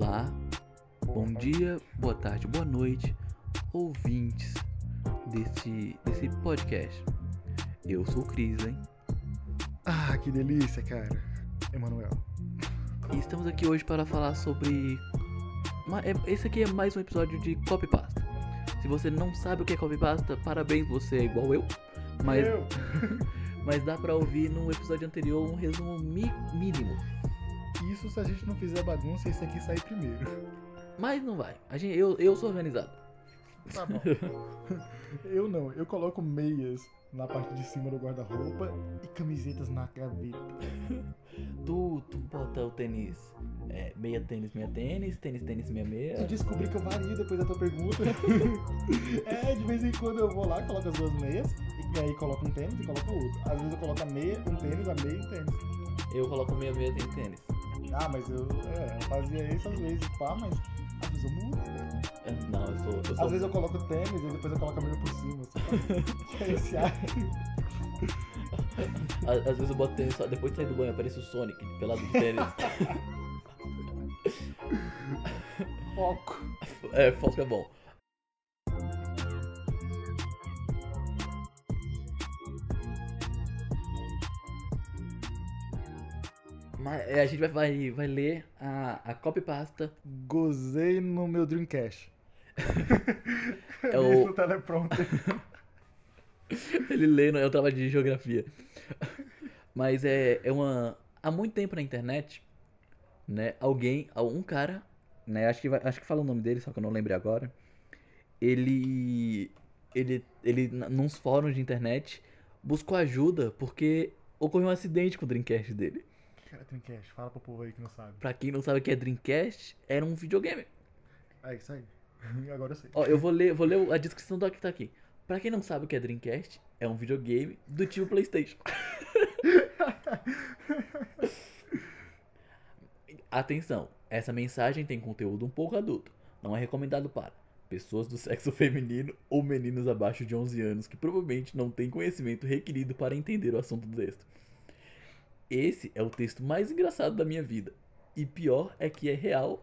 Olá, bom dia, boa tarde, boa noite, ouvintes desse podcast. Eu sou o Cris, hein? Ah, que delícia, cara. Emanuel. E estamos aqui hoje para falar sobre... Esse aqui é mais um episódio de Copypasta. Se você não sabe o que é Copypasta, parabéns, você é igual eu. Mas, mas dá pra ouvir no episódio anterior um resumo mínimo. Isso se a gente não fizer bagunça e esse aqui sair primeiro. Mas não vai, eu sou organizado. Tá bom. Eu não, eu coloco meias na parte de cima do guarda-roupa e camisetas na gaveta. Tu bota o tênis, meia tênis, tênis, meia meia. Tu descobri que eu vario depois da tua pergunta. De vez em quando eu vou lá, coloco as duas meias, e aí coloco um tênis e coloco outro. Às vezes eu coloco a meia, um tênis, a meia e um tênis. Eu coloco meia meia, tênis. Ah, mas eu fazia isso às vezes, pá, mas às vezes eu mudo. Não, eu sou. Às vezes eu coloco tênis e depois eu coloco a meia por cima. Às vezes eu boto tênis só depois de sair do banho, aparece o Sonic pelado de tênis. Foco. Foco é bom. Mas a gente vai ler a copypasta. Gozei no meu Dreamcast. É Li isso o... no teleprompter. Ele lê, não é o trabalho de geografia. Mas há muito tempo na internet, né? Um cara, né? Acho que fala o nome dele, só que eu não lembro agora. Ele, nos fóruns de internet, buscou ajuda porque ocorreu um acidente com o Dreamcast dele. Cara, Dreamcast, fala pro povo aí que não sabe. Pra quem não sabe o que é Dreamcast, era um videogame. É isso aí. Agora eu sei. Ó, eu vou ler a descrição do que tá aqui. Pra quem não sabe o que é Dreamcast, é um videogame do tipo PlayStation. Atenção, essa mensagem tem conteúdo um pouco adulto. Não é recomendado para pessoas do sexo feminino ou meninos abaixo de 11 anos que provavelmente não têm conhecimento requerido para entender o assunto do texto. Esse é o texto mais engraçado da minha vida. E pior é que é real,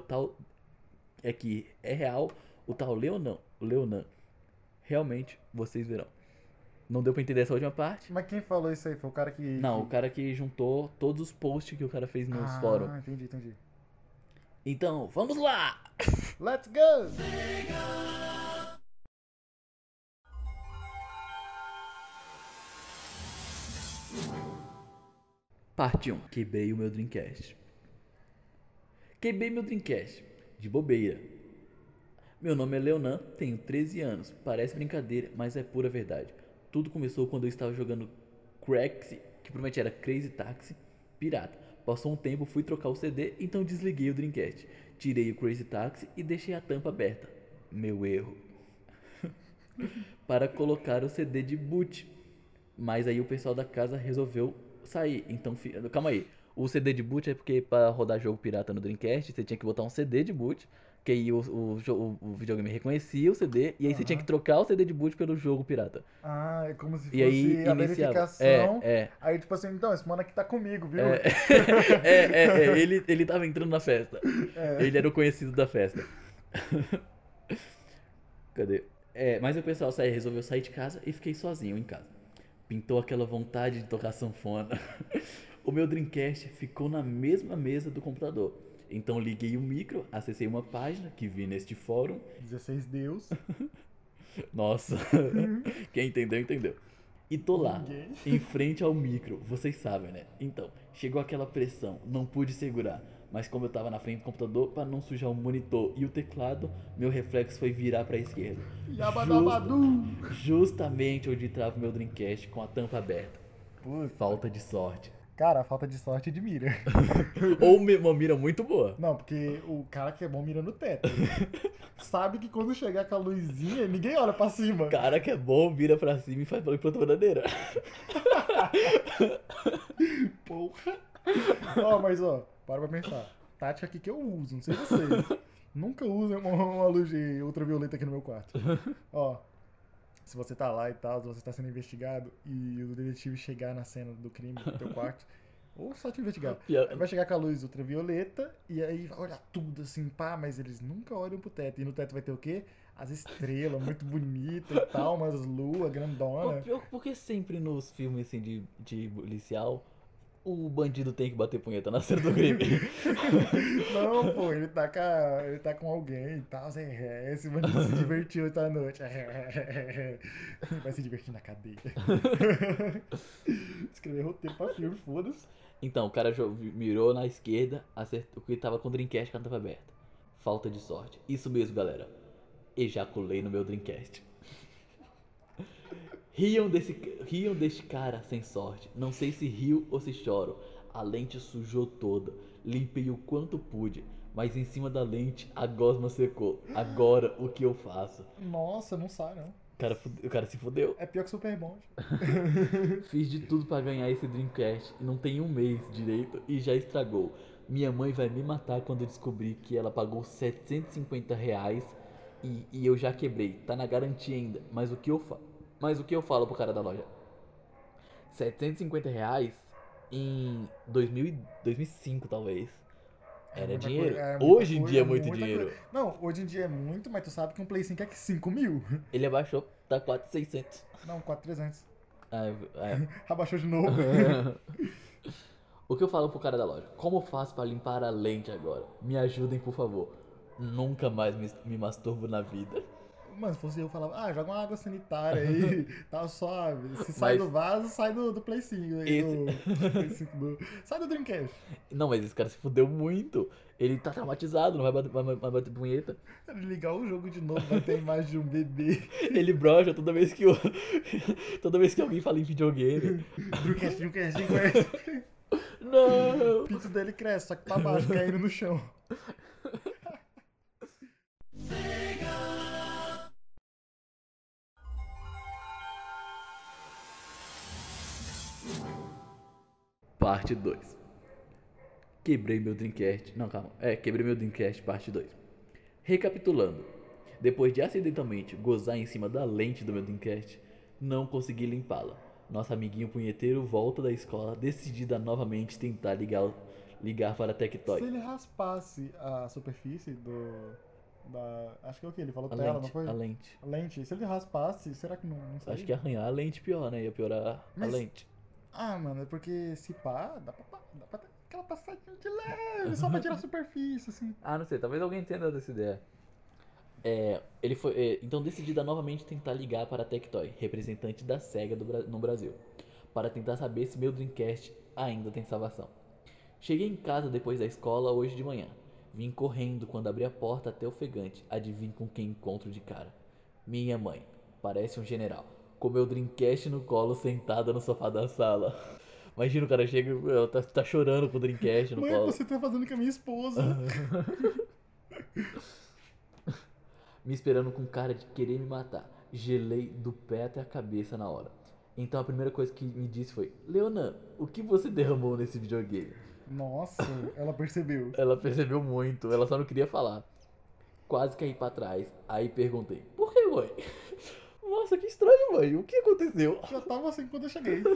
é real o tal Leonan. Realmente, vocês verão. Não deu pra entender essa última parte? Mas quem falou isso aí? Foi o cara Não, o cara que juntou todos os posts que o cara fez nos fóruns. Ah, entendi. Então, vamos lá! Let's go! Parte 1. Quebrei o meu Dreamcast. Quebrei meu Dreamcast. De bobeira. Meu nome é Leonan, tenho 13 anos. Parece brincadeira, mas é pura verdade. Tudo começou quando eu estava jogando Crazy, que provavelmente era Crazy Taxi, pirata. Passou um tempo, fui trocar o CD, então desliguei o Dreamcast. Tirei o Crazy Taxi e deixei a tampa aberta. Meu erro. Para colocar o CD de boot. Mas aí o pessoal da casa resolveu sair. Então, calma aí. O CD de boot é porque para rodar jogo pirata no Dreamcast, você tinha que botar um CD de boot, que aí o videogame reconhecia o CD, e aí você tinha que Aham. trocar o CD de boot pelo jogo pirata. Ah, é como se E aí fosse a iniciava. verificação. Aí, tipo assim, então, esse mano aqui tá comigo, viu? É, ele tava entrando na festa. É. Ele era o conhecido da festa. Cadê? Mas o pessoal resolveu sair de casa e fiquei sozinho em casa. Pintou aquela vontade de tocar sanfona. O meu Dreamcast ficou na mesma mesa do computador. Então liguei o micro, acessei uma página que vi neste fórum. 16 Deus. Nossa, quem entendeu, entendeu. E tô lá, Ninguém. em frente ao micro, vocês sabem, né? Então, chegou aquela pressão, não pude segurar. Mas como eu tava na frente do computador, para não sujar o monitor e o teclado, meu reflexo foi virar pra esquerda. Justa, Yabadabadu! justamente onde trava o meu Dreamcast com a tampa aberta. Puta. Falta de sorte. Cara, a falta de sorte de mira. Ou uma mira muito boa. Não, porque o cara que é bom mira no teto. Sabe que quando chegar com a luzinha, ninguém olha pra cima. Cara que é bom, vira pra cima e faz barulho pra bananeira. Porra. Mas para pra pensar. Tática aqui que eu uso, não sei vocês. Nunca usem uma luz de ultravioleta aqui no meu quarto. Ó, se você tá lá e tal, se você tá sendo investigado e o detetive chegar na cena do crime do teu quarto, Ou só te investigar. Pior- Aí vai chegar com a luz ultravioleta e aí vai olhar tudo assim, pá, mas eles nunca olham pro teto. E no teto vai ter o quê? As estrelas, muito bonita e tal, umas lua Pô, grandona. pior porque sempre nos filmes assim de policial, o bandido tem que bater punheta na cena do crime. Não, pô, ele tá com alguém e tal. Esse bandido se divertiu essa noite. Vai se divertir na cadeia. Escrever roteiro pra filme, foda-se. Então, o cara mirou na esquerda, acertou que tava com o Dreamcast que tava aberta. Falta de sorte. Isso mesmo, galera. Ejaculei no meu Dreamcast. Riam desse, riam deste cara sem sorte. Não sei se rio ou se choro. A lente sujou toda. Limpei o quanto pude. Mas em cima da lente a gosma secou. Agora o que eu faço? Nossa, não sai não. O cara se fudeu. É pior que Super Bond. Fiz de tudo pra ganhar esse Dreamcast e não tem um mês direito e já estragou. Minha mãe vai me matar quando descobrir que ela pagou R$ 750 e eu já quebrei. Tá na garantia ainda, mas o que eu falo pro cara da loja? R$ 750 em 2005 talvez. É Era muita coisa, dinheiro. é muita Hoje em coisa, dia é é muito muita coisa. dinheiro. Não, hoje em dia é muito, mas tu sabe que um Play 5 é que 5 mil. Ele abaixou, tá 4.600. Não, 4.300. Ah, é. Abaixou de novo. O que eu falo pro cara da loja? Como faço pra limpar a lente agora? Me ajudem, por favor. Nunca mais me masturbo na vida. Mano, se fosse eu falava, joga uma água sanitária aí, tá suave. Se sai Mas do vaso, sai do Play 5 aí, esse. do Play 5 sai do Dreamcast. Não, mas esse cara se fudeu muito. Ele tá traumatizado, não vai bater punheta. Ele ligar o jogo de novo, vai ter a imagem de um bebê. Ele brocha toda vez que toda vez que alguém fala em videogame. Dreamcast, Dreamcast, Dreamcast. Não! Pinto dele cresce, só que pra baixo, caindo no chão. Parte 2. Quebrei meu Dreamcast. Não, calma. Quebrei meu Dreamcast, parte 2. Recapitulando. Depois de acidentalmente gozar em cima da lente do meu Dreamcast, não consegui limpá-la. Nosso amiguinho punheteiro volta da escola decidida a novamente tentar ligar para a Se Tectoy. ele raspasse a superfície acho que é o que? Ele falou A tela, não lente, a foi? lente. A lente. Se ele raspasse, será que não Acho saía? que ia arranhar a lente pior, né? Ia piorar a Mas, lente. mano, é porque se pá, dá pra ter aquela passadinha de leve, só pra tirar a superfície, assim. Ah, não sei, talvez alguém entenda dessa ideia. Ele foi, então decidida novamente tentar ligar para a Tectoy, representante da SEGA no Brasil, para tentar saber se meu Dreamcast ainda tem salvação. Cheguei em casa depois da escola hoje de manhã. Vim correndo quando abri a porta até ofegante. Adivinhe com quem encontro de cara? Minha mãe. Parece um general. Com meu Dreamcast no colo, sentada no sofá da sala. Imagina o cara chega, ela tá chorando com o Dreamcast no Mãe, o que colo. você tá fazendo com a minha esposa? Me esperando com cara de querer me matar. Gelei do pé até a cabeça na hora. Então a primeira coisa que me disse foi: Leonan, o que você derramou nesse videogame? Nossa, ela percebeu. Ela percebeu muito, ela só não queria falar. Quase caí pra trás. Aí perguntei: Por que, mãe? Nossa, que estranho, mãe. O que aconteceu? Já tava assim quando eu cheguei.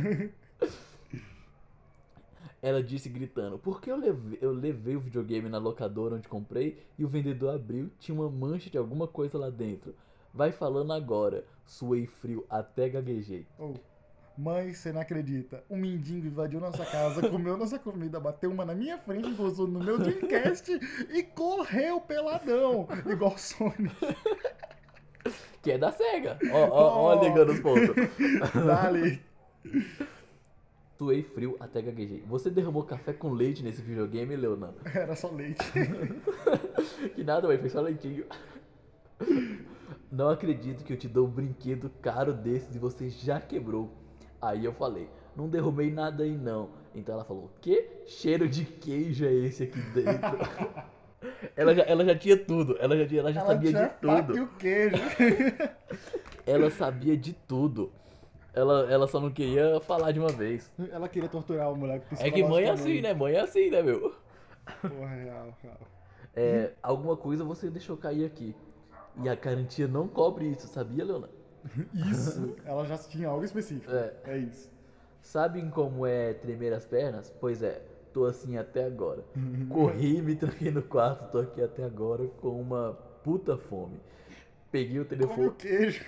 Ela disse gritando: Porque eu levei o videogame na locadora onde comprei e o vendedor abriu, tinha uma mancha de alguma coisa lá dentro. Vai falando agora. Suei frio, até gaguejei. Oh, mãe, você não acredita. Um mendigo invadiu nossa casa, comeu nossa comida, bateu uma na minha frente, gozou no meu Dreamcast e correu peladão, igual Sonic. Que é da SEGA. Ó, Oh, ligando os pontos. dali. Suei frio, até gaguejei. Você derramou café com leite nesse videogame, Leonan? Era só leite. Que nada, mãe, foi só leitinho. Não acredito que eu te dou um brinquedo caro desses e você já quebrou. Aí eu falei, não derrubei nada aí não. Então ela falou, que cheiro de queijo é esse aqui dentro? Ela já tinha tudo, ela já Ela sabia de tinha faca e tudo. o queijo. Ela sabia de tudo. Ela só não queria falar de uma vez. Ela queria torturar o moleque É que mãe é assim, psicologicamente. né? Mãe é assim, né, meu? Porra, real, real. Alguma coisa você deixou cair aqui. E a garantia não cobre isso, sabia, Leona? Isso, ela já tinha algo específico. É isso. Sabem como é tremer as pernas? Pois é, tô assim até agora. Corri, me tranquei no quarto, tô aqui até agora com uma puta fome. Peguei o Come o telefone. queijo.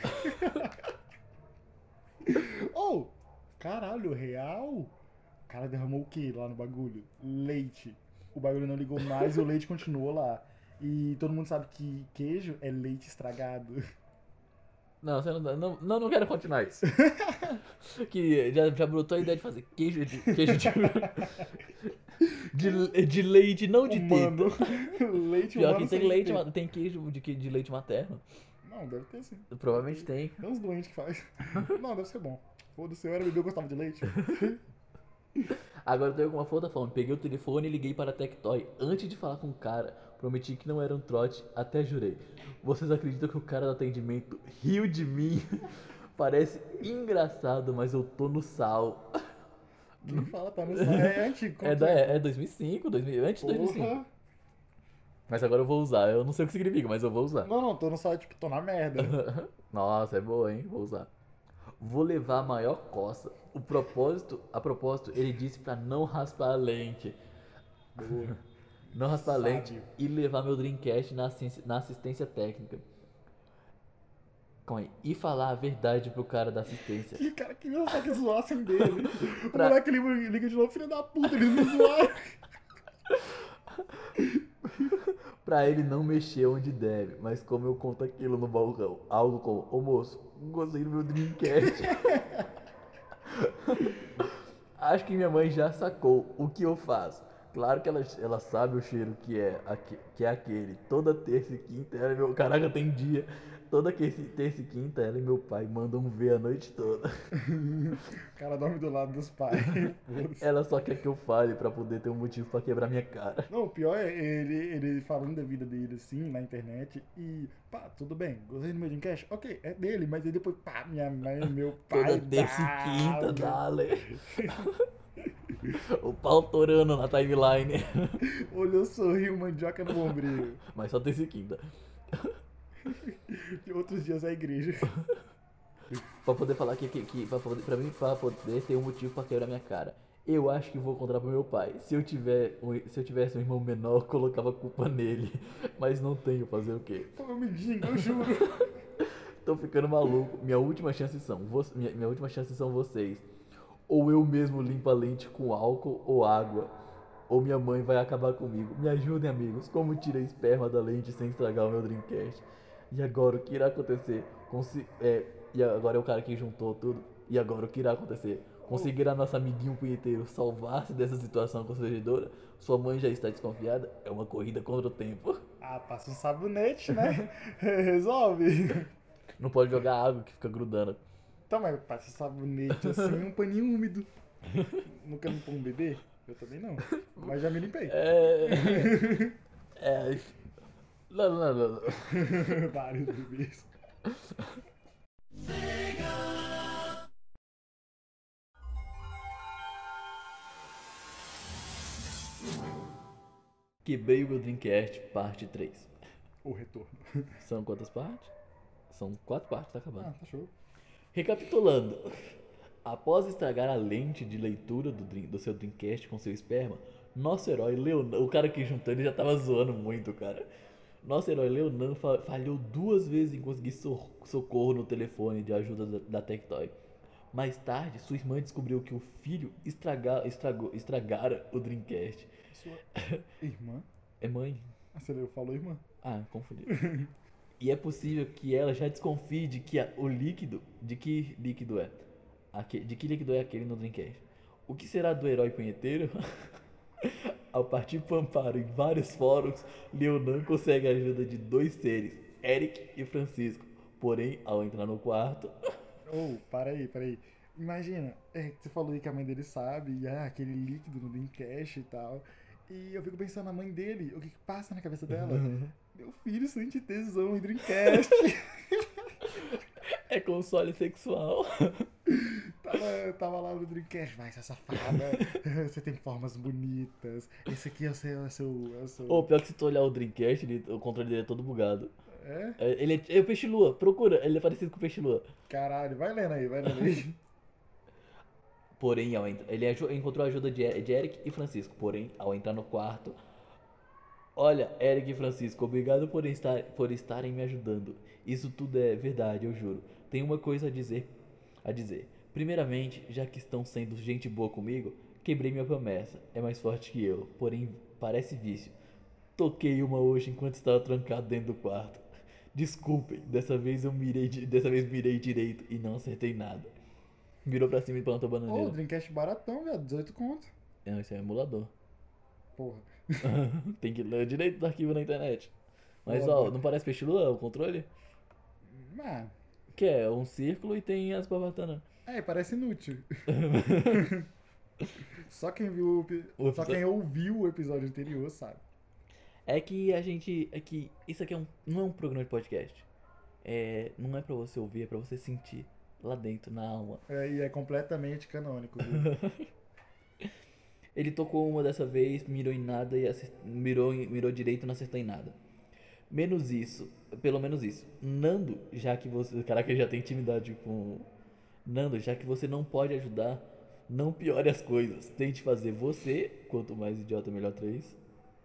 Oh, caralho, real? O cara derramou o que lá no bagulho? Leite. O bagulho não ligou mais e o leite continuou lá. E todo mundo sabe que queijo é leite estragado. Não, você não quero continuar isso. Que já brotou a ideia de fazer de leite, não de teta. Humano. Leite Pior que humano tem sem leite, ter. tem queijo de leite materno. Não, deve ter sim. Deve Provavelmente ter. tem. Tem uns doentes que faz. Não, deve ser bom. Foda-se, eu era bebê, eu gostava de leite. Agora eu tô com uma foda fome. Peguei o telefone e liguei para a Tectoy. Antes de falar com o cara, prometi que não era um trote, até jurei. Vocês acreditam que o cara do atendimento riu de mim? Parece engraçado, mas eu tô no sal. Quem fala tá no sal. É antigo, quanto É tempo? 2005, antes de 2005. Porra. Mas agora eu vou usar. Eu não sei o que significa, mas eu vou usar. Não, não, tô no sal, tipo, tô na merda. Nossa, é boa, hein? Vou usar. Vou levar a maior coça. A propósito, ele disse pra não raspar a lente. Boa. Não raspar a lente Sábio. e levar meu Dreamcast na assistência técnica. Calma aí. E falar a verdade pro cara da assistência. Que cara queria só que zoassem dele. O Pra, moleque liga de novo, filho da puta, eles me zoaram. pra ele não mexer onde deve. Mas como eu conto aquilo no balcão, algo como: Ô moço, gostei do meu Dreamcast. Acho que minha mãe já sacou o que eu faço. Claro que ela sabe o cheiro que é aquele. Toda terça e quinta, ela e meu. Caraca, tem dia. Terça e quinta, ela e meu pai mandam ver a noite toda. O cara dorme do lado dos pais. Foda-se. Ela só quer que eu fale pra poder ter um motivo pra quebrar minha cara. Não, o pior é ele falando da vida dele assim na internet e pá, tudo bem, gostei do meu Dreamcast? Ok, é dele, mas aí depois, pá, minha mãe, meu Toda pai, terça e quinta, dale. dale. O pau torando na timeline. Olhou, sorriu, mandioca no bombril. Mas só terça e quinta. E outros dias é a igreja. Pra poder falar pra mim, pra poder ter um motivo pra quebrar minha cara. Eu acho que vou contar pro meu pai. Se eu tivesse um irmão menor, eu colocava a culpa nele. Mas não tenho, fazer o quê? Foi meu mendigo, eu juro. Tô ficando maluco. Minha última chance são vocês. Ou eu mesmo limpo a lente com álcool ou água. Ou minha mãe vai acabar comigo. Me ajudem, amigos. Como tirei esperma da lente sem estragar o meu Dreamcast? E agora o que irá acontecer? E agora é o cara que juntou tudo. E agora o que irá acontecer? Oh, Conseguirá nosso amiguinho punheteiro salvar-se dessa situação constrangedora? Sua mãe já está desconfiada? É uma corrida contra o tempo. ah, passa um sabonete, né? Resolve. Não pode jogar água que fica grudando. Tá, mas passa sabonete assim, um paninho úmido. Nunca limpou um bebê? Eu também não. Mas já me limpei. É. É. Não. Vários bebês. Quebrei o meu Dreamcast, parte 3. O retorno. São quantas partes? São 4 partes, tá acabando. Ah, tá show. Recapitulando. Após estragar a lente de leitura do seu Dreamcast com seu esperma, nosso herói Leonan, o cara que juntou ele já tava zoando muito, cara. Nosso herói Leonan falhou 2 vezes em conseguir socorro no telefone de ajuda da Tectoy. Mais tarde, sua irmã descobriu que o filho estragara o Dreamcast. Sua irmã? É mãe? Ah, você falou irmã. Ah, confundi. E é possível que ela já desconfie de que o líquido. De que líquido é? De que líquido é aquele no Dreamcast? O que será do herói punheteiro? Ao partir pro amparo em vários fóruns, Leonan consegue a ajuda de 2 seres, Eric e Francisco. Porém, ao entrar no quarto. Oh, para aí, para aí. Imagina, você falou aí que a mãe dele sabe, e aquele líquido no Dreamcast e tal. E eu fico pensando na mãe dele, o que que passa na cabeça dela? Meu filho sente tesão em Dreamcast. É console sexual. Tava lá no Dreamcast, vai, essa safada. Você tem formas bonitas. Esse aqui é o seu. Ou pior que se tu olhar o Dreamcast, o controle dele é todo bugado. É? Ele é o Peixe-Lua, procura, ele é parecido com o Peixe-Lua. Caralho, vai lendo aí, vai lendo aí. Porém, ele encontrou a ajuda de Eric e Francisco. Porém, ao entrar no quarto, olha, Eric e Francisco, obrigado por estarem me ajudando. Isso tudo é verdade, eu juro. Tenho uma coisa a dizer. Primeiramente, já que estão sendo gente boa comigo, quebrei minha promessa. É mais forte que eu, porém parece vício. Toquei uma hoje enquanto estava trancado dentro do quarto. Desculpem, dessa vez mirei direito e não acertei nada. Virou pra cima e plantou a Ô, o bananeira. Dreamcast baratão, viado. 18 conto. Não, isso é um emulador. Porra. Tem que ler direito do arquivo na internet. Mas Vou ó, abrir. não parece peixe lua o controle? Mano, Que é um círculo e tem as barbatanas. parece inútil. Só quem viu, só quem ouviu o episódio anterior sabe. É que a gente. É que isso aqui não é um programa de podcast. Não é pra você ouvir, é pra você sentir lá dentro, na alma. E é completamente canônico, viu? Ele tocou uma dessa vez, mirou em nada e mirou direito e não acertou em nada. Menos isso, pelo menos isso. Nando, já que você. Caraca, ele já tem intimidade com. Nando, já que você não pode ajudar, não piore as coisas. Tente fazer você, quanto mais idiota, melhor 3.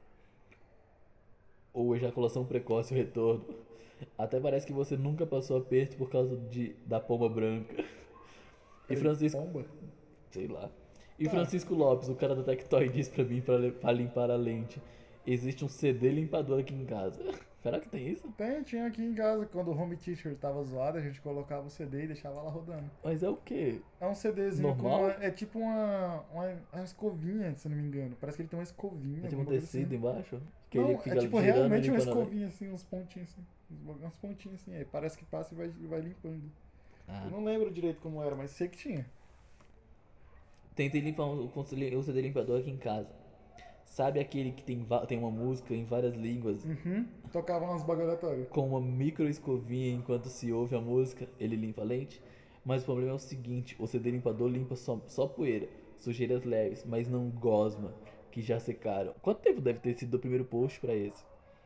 Ou ejaculação precoce, o retorno. Até parece que você nunca passou aperto por causa da pomba branca. E Peraí, Francisco. pomba? Sei lá. E Tá. Francisco Lopes, o cara da Tectoy, disse pra mim pra limpar a lente. Existe um CD limpador aqui em casa. Será que tem isso? Tinha aqui em casa, quando o home teacher tava zoado, a gente colocava o CD e deixava lá rodando. Mas é o quê? É um CDzinho com Normal? é tipo uma escovinha, se eu não me engano. Parece que ele tem uma É escovinha, tipo um alguma coisa assim. tecido embaixo? Que ele Não, é fica tipo girando e realmente uma limpando a lente? escovinha assim, uns pontinhos assim. Uns pontinhos assim. Aí parece que passa e vai limpando. Eu Ah. não lembro direito como era, mas sei que tinha. Tentei limpar o CD limpador aqui em casa. Sabe aquele que tem uma música em várias línguas, Uhum. Tocava umas bagulhatórias. com uma micro escovinha enquanto se ouve a música, ele limpa a lente? Mas o problema é o seguinte, o CD limpador limpa só poeira, sujeiras leves, mas não gosma, que já secaram. Quanto tempo deve ter sido do primeiro post pra esse?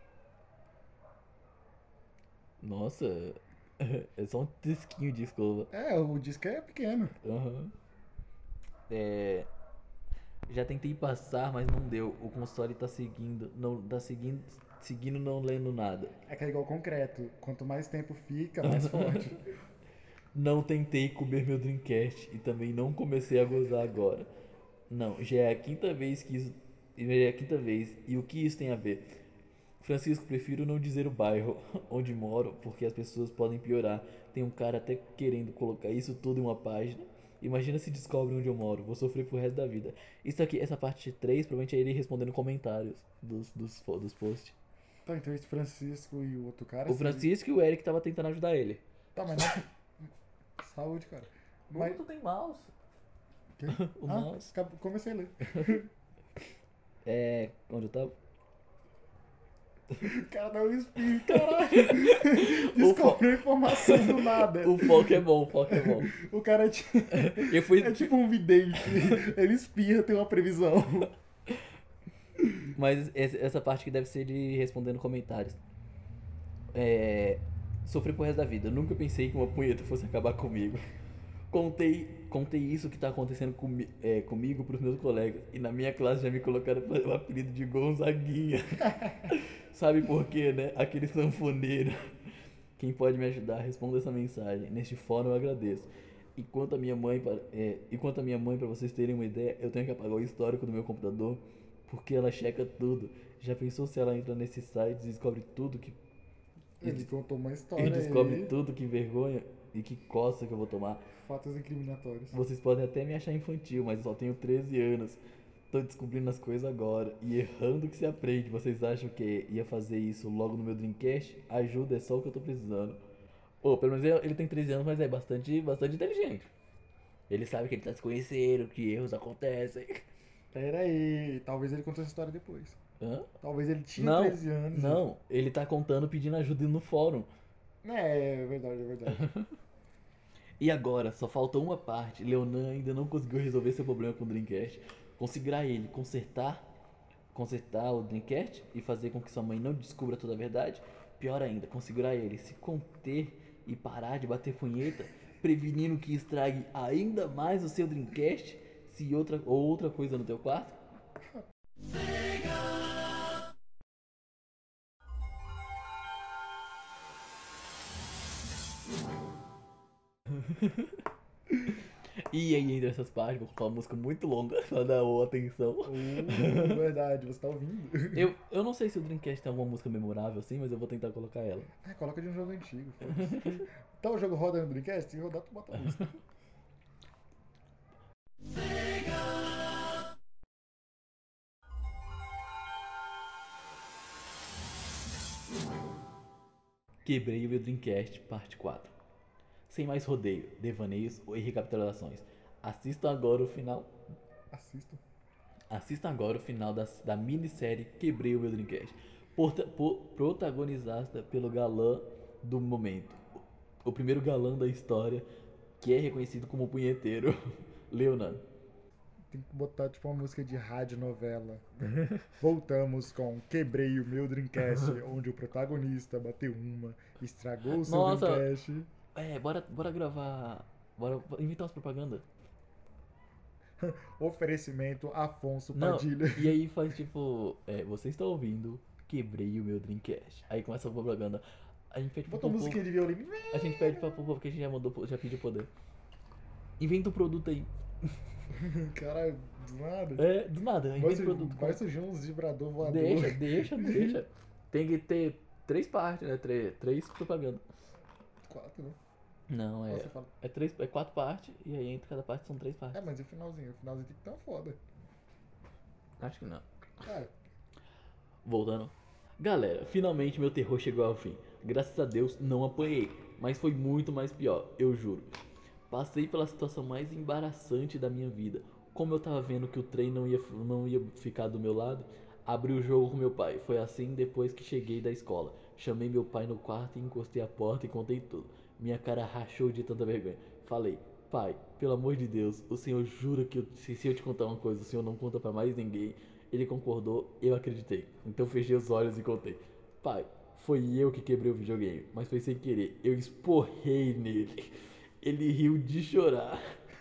Nossa, é só um disquinho de escova. O disco é pequeno. Aham. É, já tentei passar, mas não deu. O console tá seguindo, não tá seguindo não lendo nada. É que é igual concreto. Quanto mais tempo fica, mais forte. Não tentei comer meu Dreamcast e também não comecei a gozar agora. Não, já é a quinta vez que isso. Já é a quinta vez. E o que isso tem a ver? Francisco, prefiro não dizer o bairro onde moro, porque as pessoas podem piorar. Tem um cara até querendo colocar isso tudo em uma página. Imagina se descobre onde eu moro, vou sofrer pro resto da vida. Isso aqui, essa parte 3 provavelmente é ele respondendo comentários dos posts. Tá, então esse Francisco e o outro cara O seria. Francisco e o Eric tava tentando ajudar ele. Tá, mas não. Saúde, cara. Como Mas. tu tem mouse? Quê? O Ah, mouse. comecei a ler. Onde eu tava? O cara dá um espirro, caralho. O, fo... Descobriu informação do nada. o foco é bom, o foco é bom. O cara Eu fui. é tipo um vidente. Ele espirra, tem uma previsão. Mas essa parte que deve ser de respondendo comentários. É. Sofri pro resto da vida. Nunca pensei que uma punheta fosse acabar comigo. Contei isso que tá acontecendo comigo pros meus colegas. E na minha classe já me colocaram o apelido de Gonzaguinha. Sabe por quê, né? Aquele sanfoneiro. Quem pode me ajudar? Responda essa mensagem. Neste fórum eu agradeço. Enquanto a minha mãe, para vocês terem uma ideia, eu tenho que apagar o histórico do meu computador porque ela checa tudo. Já pensou se ela entra nesse site e descobre tudo e, Ele des- contou uma e história descobre aí. tudo que vergonha e que coça que eu vou tomar? Fatos incriminatórios. Vocês podem até me achar infantil, mas eu só tenho 13 anos. Tô descobrindo as coisas agora e errando que se aprende. Vocês acham que ia fazer isso logo no meu Dreamcast? Ajuda, é só o que eu tô precisando. Pô, pelo menos ele tem 13 anos, mas é bastante inteligente. Ele sabe que ele tá se conhecendo, que erros acontecem. Pera aí, talvez ele contou essa história depois. Hã? Talvez ele tinha Não, 13 anos e. não. Ele tá contando pedindo ajuda no fórum. É verdade, é verdade. E agora, só falta uma parte. Leonan ainda não conseguiu resolver seu problema com o Dreamcast. Conseguirá ele consertar o Dreamcast e fazer com que sua mãe não descubra toda a verdade? Pior ainda, conseguirá ele se conter e parar de bater punheta, prevenindo que estrague ainda mais o seu Dreamcast? Se outra coisa no teu quarto? E aí, entre essas partes, vou colocar uma música muito longa pra dar boa atenção. Verdade, você tá ouvindo? Eu não sei se o Dreamcast tem alguma música memorável assim, mas eu vou tentar colocar ela. Ah, coloca de um jogo antigo, foda-se. Tá o jogo roda no Dreamcast? Se rodar, tu bota a música. Quebrei o meu Dreamcast, parte 4. Sem mais rodeio, devaneios e recapitulações. Assistam agora o final. Assista. Assistam agora o final da minissérie Quebrei o meu Dreamcast. Protagonizada pelo galã do momento. O primeiro galã da história que é reconhecido como punheteiro, Leonan. Tem que botar tipo uma música de rádio novela. Voltamos com Quebrei o meu Dreamcast, onde o protagonista bateu uma, estragou o seu Nossa, Dreamcast. bora gravar. Bora inventar umas propagandas. Oferecimento Afonso Não, Padilha. e aí faz tipo, você está ouvindo, quebrei o meu Dreamcast. Aí começa a propaganda. A gente pede pro Bota uma Popô, musiquinha de violino. a gente pede pra Popô porque a gente já mandou, já pediu poder. Inventa um produto aí. Cara, do nada. Do nada, Vai, inventa um produto vai com. surgir uns vibrador voador. Deixa. Tem que ter três partes, né? Três propagandas. Quatro, né? Não, Ó, você fala. é quatro partes, e aí entre cada parte são três É, partes. mas e o finalzinho? O finalzinho tem que estar uma foda. Acho que não. Cara, Voltando. Galera, finalmente meu terror chegou ao fim. Graças a Deus não apanhei, mas foi muito mais pior, eu juro. Passei pela situação mais embaraçante da minha vida. Como eu tava vendo que o trem não ia ficar do meu lado, abri o jogo com meu pai. Foi assim depois que cheguei da escola. Chamei meu pai no quarto e encostei a porta e contei tudo. Minha cara rachou de tanta vergonha. Falei, pai, pelo amor de Deus, o senhor jura que se eu te contar uma coisa, o senhor não conta pra mais ninguém? Ele concordou, eu acreditei. Então fechei os olhos e contei. Pai, foi eu que quebrei o videogame, mas foi sem querer. Eu esporrei nele. Ele riu de chorar.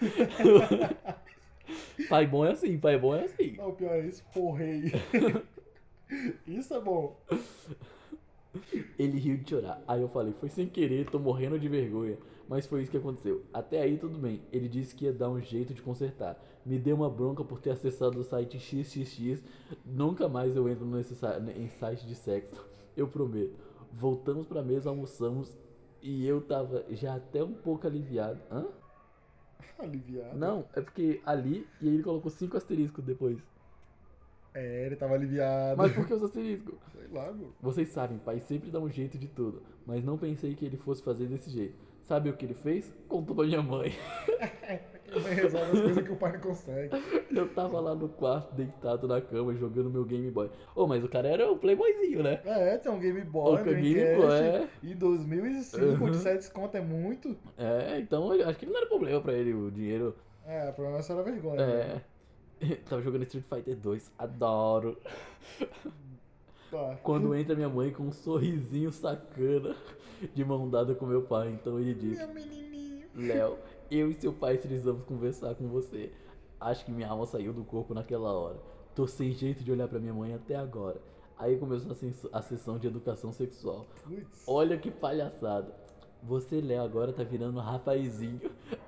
Pai bom é assim, pai bom é assim. não, o pior é isso, porrei. Isso é bom. Ele riu de chorar. Aí eu falei, foi sem querer, tô morrendo de vergonha. Mas foi isso que aconteceu. Até aí tudo bem. Ele disse que ia dar um jeito de consertar. Me deu uma bronca por ter acessado o site XXX. Nunca mais eu entro em site de sexo. Eu prometo. Voltamos pra mesa, almoçamos. E eu tava já até um pouco aliviado. Hã? Aliviado. Não, é porque ali. E aí ele colocou cinco asteriscos depois. É, ele tava aliviado. Mas por que os asteriscos? Sei lá, meu. Vocês sabem, pai sempre dá um jeito de tudo, mas não pensei que ele fosse fazer desse jeito. Sabe o que ele fez? Contou pra minha mãe. Que mãe resolve as coisas que o pai não consegue. Eu tava lá no quarto, deitado na cama, jogando meu Game Boy. Oh, mas o cara era o playboyzinho, né? É, tem um Game O Boy, um Game Boy, Dreamcast. Em 2005, de 7 conto é muito. então eu acho que não era problema pra ele o dinheiro. É, o problema é só a vergonha mesmo. É. Tava jogando Street Fighter 2, adoro. Tá. Quando entra minha mãe com um sorrisinho sacana de mão dada com meu pai, então ele disse: Meu menininho. Léo, eu e seu pai precisamos conversar com você. Acho que minha alma saiu do corpo naquela hora. Tô sem jeito de olhar pra minha mãe até agora. Aí começou a sessão de educação sexual. Putz. Olha que palhaçada. Você, Léo, agora tá virando um rapazinho.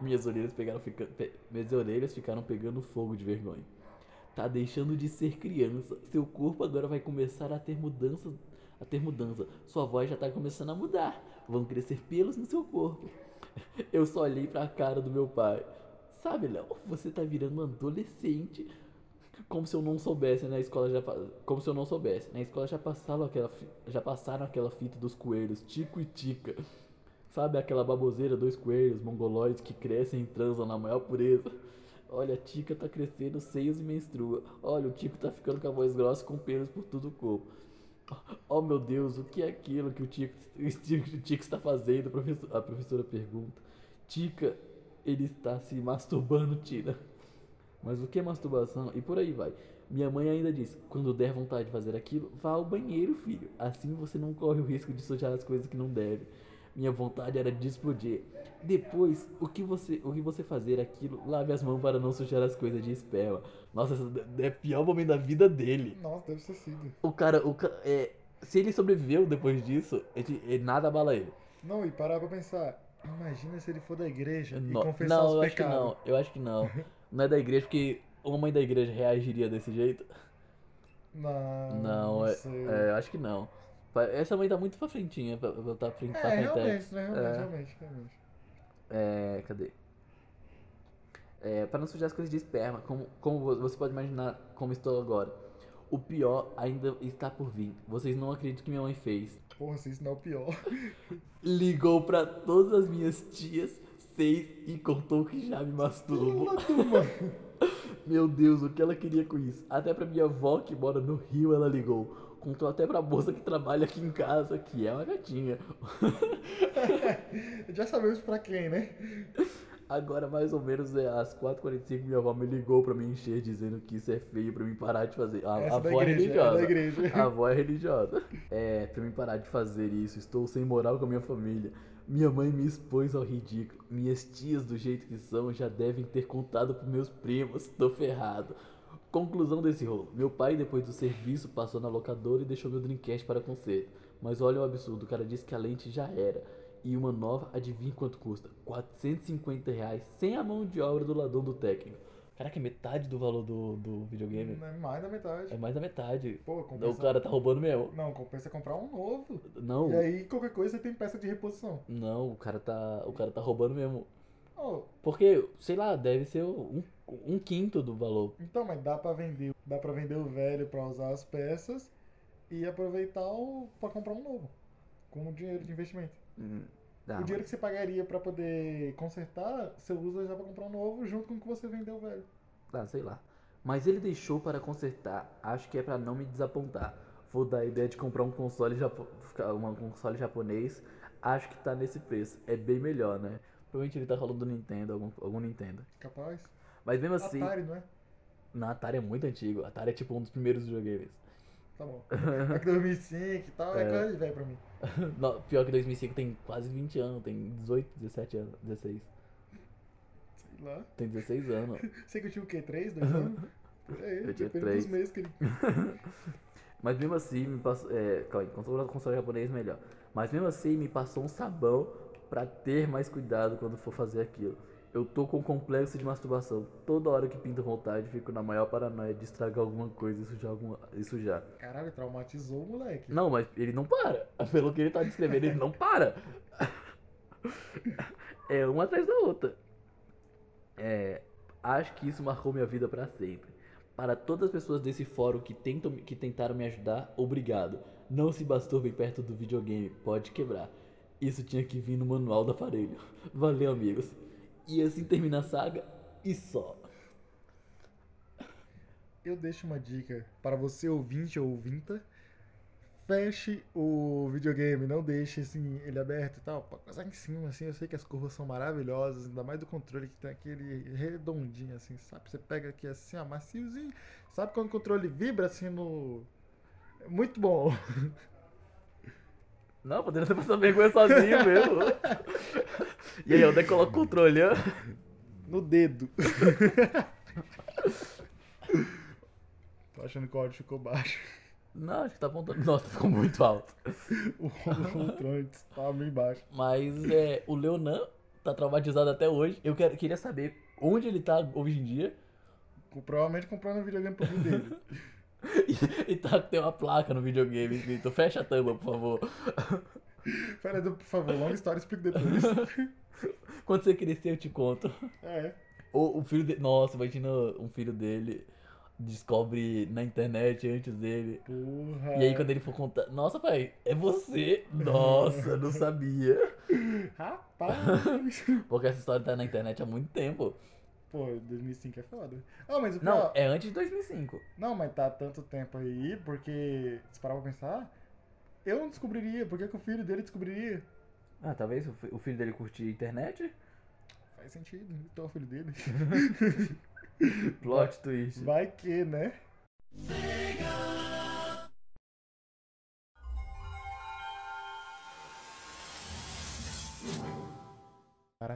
Minhas orelhas ficaram pegando fogo de vergonha. Tá deixando de ser criança. Seu corpo agora vai começar a ter mudança. Sua voz já tá começando a mudar. Vão crescer pelos no seu corpo. Eu só olhei pra cara do meu pai. Sabe, Léo, você tá virando um adolescente. Como se eu não soubesse, na escola já como se eu não soubesse. Na escola já passaram aquela fita dos coelhos, Tico e Tica. Sabe aquela baboseira, dois coelhos mongoloides que crescem e transam na maior pureza? Olha, a Tica tá crescendo seios e menstrua. Olha, o Tico tá ficando com a voz grossa e com pelos por todo o corpo. Oh meu Deus, o que é aquilo que o Tico está fazendo? A professora pergunta. Tica, ele está se masturbando, Tina. Mas o que é masturbação? E por aí vai. Minha mãe ainda disse: quando der vontade de fazer aquilo, vá ao banheiro, filho. Assim você não corre o risco de sujar as coisas que não deve. Minha vontade era de explodir. Depois, o que você fazer aquilo, lave as mãos para não sujar as coisas de esperma. Nossa, esse é o pior momento da vida dele. Nossa, deve ter sido. Se ele sobreviveu depois disso, nada abala ele. Não, e parar pra pensar. Imagina se ele for da igreja e Não, confessar não, os eu acho que pecados. não. Eu acho que não. Não é da igreja, porque uma mãe da igreja reagiria desse jeito. Não, Não, não sei. eu acho que não. Essa mãe tá muito pra frentinha, pra estar pra É, frentex. realmente, né? Realmente, realmente, realmente. Cadê? Para não sujar as coisas de esperma, como você pode imaginar como estou agora. O pior ainda está por vir. Vocês não acreditam que minha mãe fez. Porra, se isso não é o pior. Ligou pra todas as minhas tias, 6, e contou que já me masturbo. Fila do mano. Meu Deus, o que ela queria com isso? Até pra minha avó que mora no Rio ela ligou. Contou até pra moça que trabalha aqui em casa, que é uma gatinha. Já sabemos pra quem, né? Agora, mais ou menos, às 4h45, minha avó me ligou pra me encher, dizendo que isso é feio pra mim parar de fazer. A Essa é da avó é igreja, é da religiosa. igreja. A avó é religiosa. Pra mim parar de fazer isso. Estou sem moral com a minha família. Minha mãe me expôs ao ridículo. Minhas tias, do jeito que são, já devem ter contado pros meus primos. Tô ferrado. Conclusão desse rolo. Meu pai, depois do serviço, passou na locadora e deixou meu Dreamcast para conserto. Mas olha o absurdo, o cara disse que a lente já era. E uma nova, adivinha quanto custa? R$ 450, sem a mão de obra do ladrão do técnico. Caraca, é metade do valor do videogame. É mais da É metade. mais da metade. Pô, O compensa. cara tá roubando mesmo. Não, compensa comprar um novo. E Não, aí, qualquer coisa, você tem peça de reposição. não, o cara tá roubando mesmo. Oh, Porque, sei lá, deve ser um quinto do valor. então, mas dá pra vender. Dá pra vender o velho pra usar as peças e aproveitar pra comprar um novo. Com o dinheiro de investimento. O Ah, dinheiro que você pagaria pra poder consertar, você usa já pra comprar um novo junto com o que você vendeu o velho. sei lá. Mas ele deixou para consertar. Acho que é para não me desapontar. Vou dar a ideia de comprar um console japonês. Acho que tá nesse preço. É bem melhor, né? Provavelmente ele tá falando do Nintendo, algum Nintendo. Capaz. Mas mesmo assim, Atari, não é? na Atari é muito antigo. Atari é tipo um dos primeiros videogames. Tá bom. É que 2005 e tal, é coisa de velho pra mim. Pior que 2005 tem quase 20 anos, tem 18, 17 anos, 16. Sei lá. Tem 16 anos. Sei que eu tinha o quê? 3, 2 anos? Por aí, Eu tinha depende dos 3. meses que ele. Mas mesmo assim, me passou. Calma aí, console japonês melhor. Mas mesmo assim, me passou um sabão pra ter mais cuidado quando for fazer aquilo. Eu tô com um complexo de masturbação. Toda hora que pinto vontade, fico na maior paranoia de estragar alguma coisa e sujar isso já. Caralho, traumatizou o moleque. Não, mas ele não para. Pelo que ele tá descrevendo, ele não para. É uma atrás da outra. Acho que isso marcou minha vida pra sempre. Para todas as pessoas desse fórum que tentaram me ajudar, obrigado. Não se masturbem perto do videogame, pode quebrar. Isso tinha que vir no manual do aparelho. Valeu, amigos. E assim termina a saga e só. Eu deixo uma dica para você ouvinte ou ouvinta. Feche o videogame, não deixe assim ele aberto e tal. Pode passar em cima, assim. Eu sei que as curvas são maravilhosas, ainda mais do controle que tem aquele redondinho, assim, sabe? Você pega aqui assim, ó, maciozinho. Sabe quando o controle vibra assim no. É muito bom. Não, poderia ter passado vergonha sozinho mesmo. E aí, onde é que coloca o controle? Ó? No dedo. Tô achando que o áudio ficou baixo. Não, acho que tá apontando. Nossa, ficou muito alto. O outro antes tava bem baixo. Mas o Leonan tá traumatizado até hoje. Queria saber onde ele tá hoje em dia. Provavelmente comprando um videogame pro filho dele. E tem uma placa no videogame escrito: fecha a tampa, por favor. Pera, por favor, longa história, explico depois. Quando você crescer, eu te conto. É. Ou o filho dele. Nossa, imagina um filho dele descobre na internet antes dele. E aí, Porra. quando ele for contar: Nossa, pai, é você? Nossa, não sabia. Rapaz. Porque essa história tá na internet há muito tempo. Pô, 2005 é foda. Ah, mas o Não, pior. é antes de 2005. Não, mas tá tanto tempo aí, porque. Se parar pra pensar, eu não descobriria. Por que, que o filho dele descobriria? Ah, talvez o filho dele curtir internet? Faz sentido, então é o filho dele. Vai, Plot twist. vai que, né?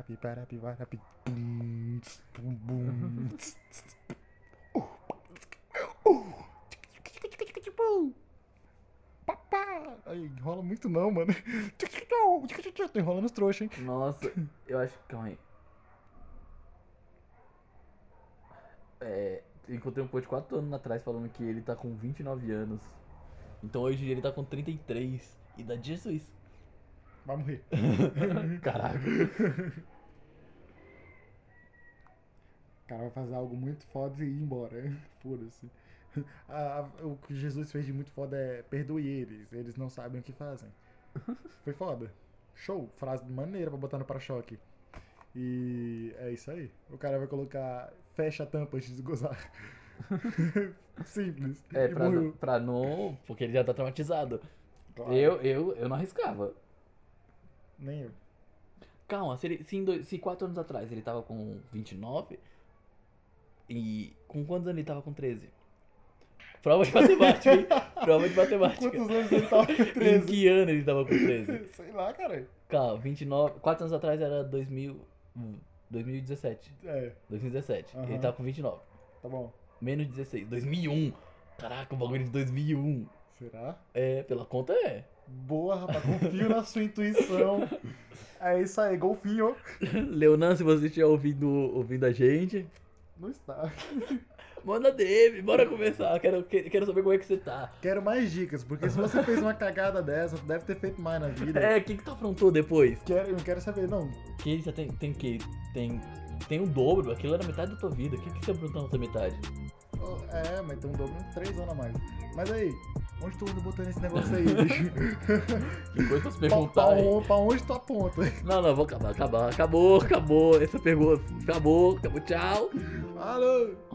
Bum, bum. Papá. Aí, enrola muito não, mano. Tô enrolando os trouxas, hein? Nossa, eu acho que. Calma aí. Eu encontrei um post 4 anos atrás falando que ele tá com 29 anos. Então hoje ele tá com 33. Idade de Jesus. Vai morrer. Caraca. O cara vai fazer algo muito foda e ir embora. Foda-se. O que Jesus fez de muito foda é perdoe eles. Eles não sabem o que fazem. Foi foda. Show. Frase maneira pra botar no para-choque. E é isso aí. O cara vai colocar fecha a tampa antes de gozar. Simples. É, E morreu. pra não. Porque ele já tá traumatizado. Claro. Eu não arriscava. Nem eu. Calma, se 4 anos atrás ele tava com 29. E com quantos anos ele tava com 13? Prova de matemática, hein? Prova de matemática. Quantos anos ele tava com Em 13? que ano ele tava com 13? Sei lá, cara. Calma, 29. 4 anos atrás era 2017. É, 2017. Ele Aham. tava com 29. tá bom. Menos 16. 2001. Caraca, o bagulho de 2001. Será? É, pela conta é. Boa, rapaz. Confio na sua intuição. É isso aí, golfinho. Leonan, se você estiver ouvindo a gente, Não está. manda DM, bora conversar. Quero saber como é que você tá. Quero mais dicas, porque se você fez uma cagada dessa, deve ter feito mais na vida. É, o que tu aprontou depois? Eu não quero saber, não. Que você tem que. Tem um dobro, aquilo era metade da tua vida. O que você aprontou na outra metade? É, mas tem um dobro de 3 anos a mais. Mas aí, onde tu anda botando esse negócio aí, bicho? Que coisa pra se perguntar, hein? Pra onde tu aponta? Não, vou acabar. Acabou. Essa pergunta. Acabou, tchau. Alô!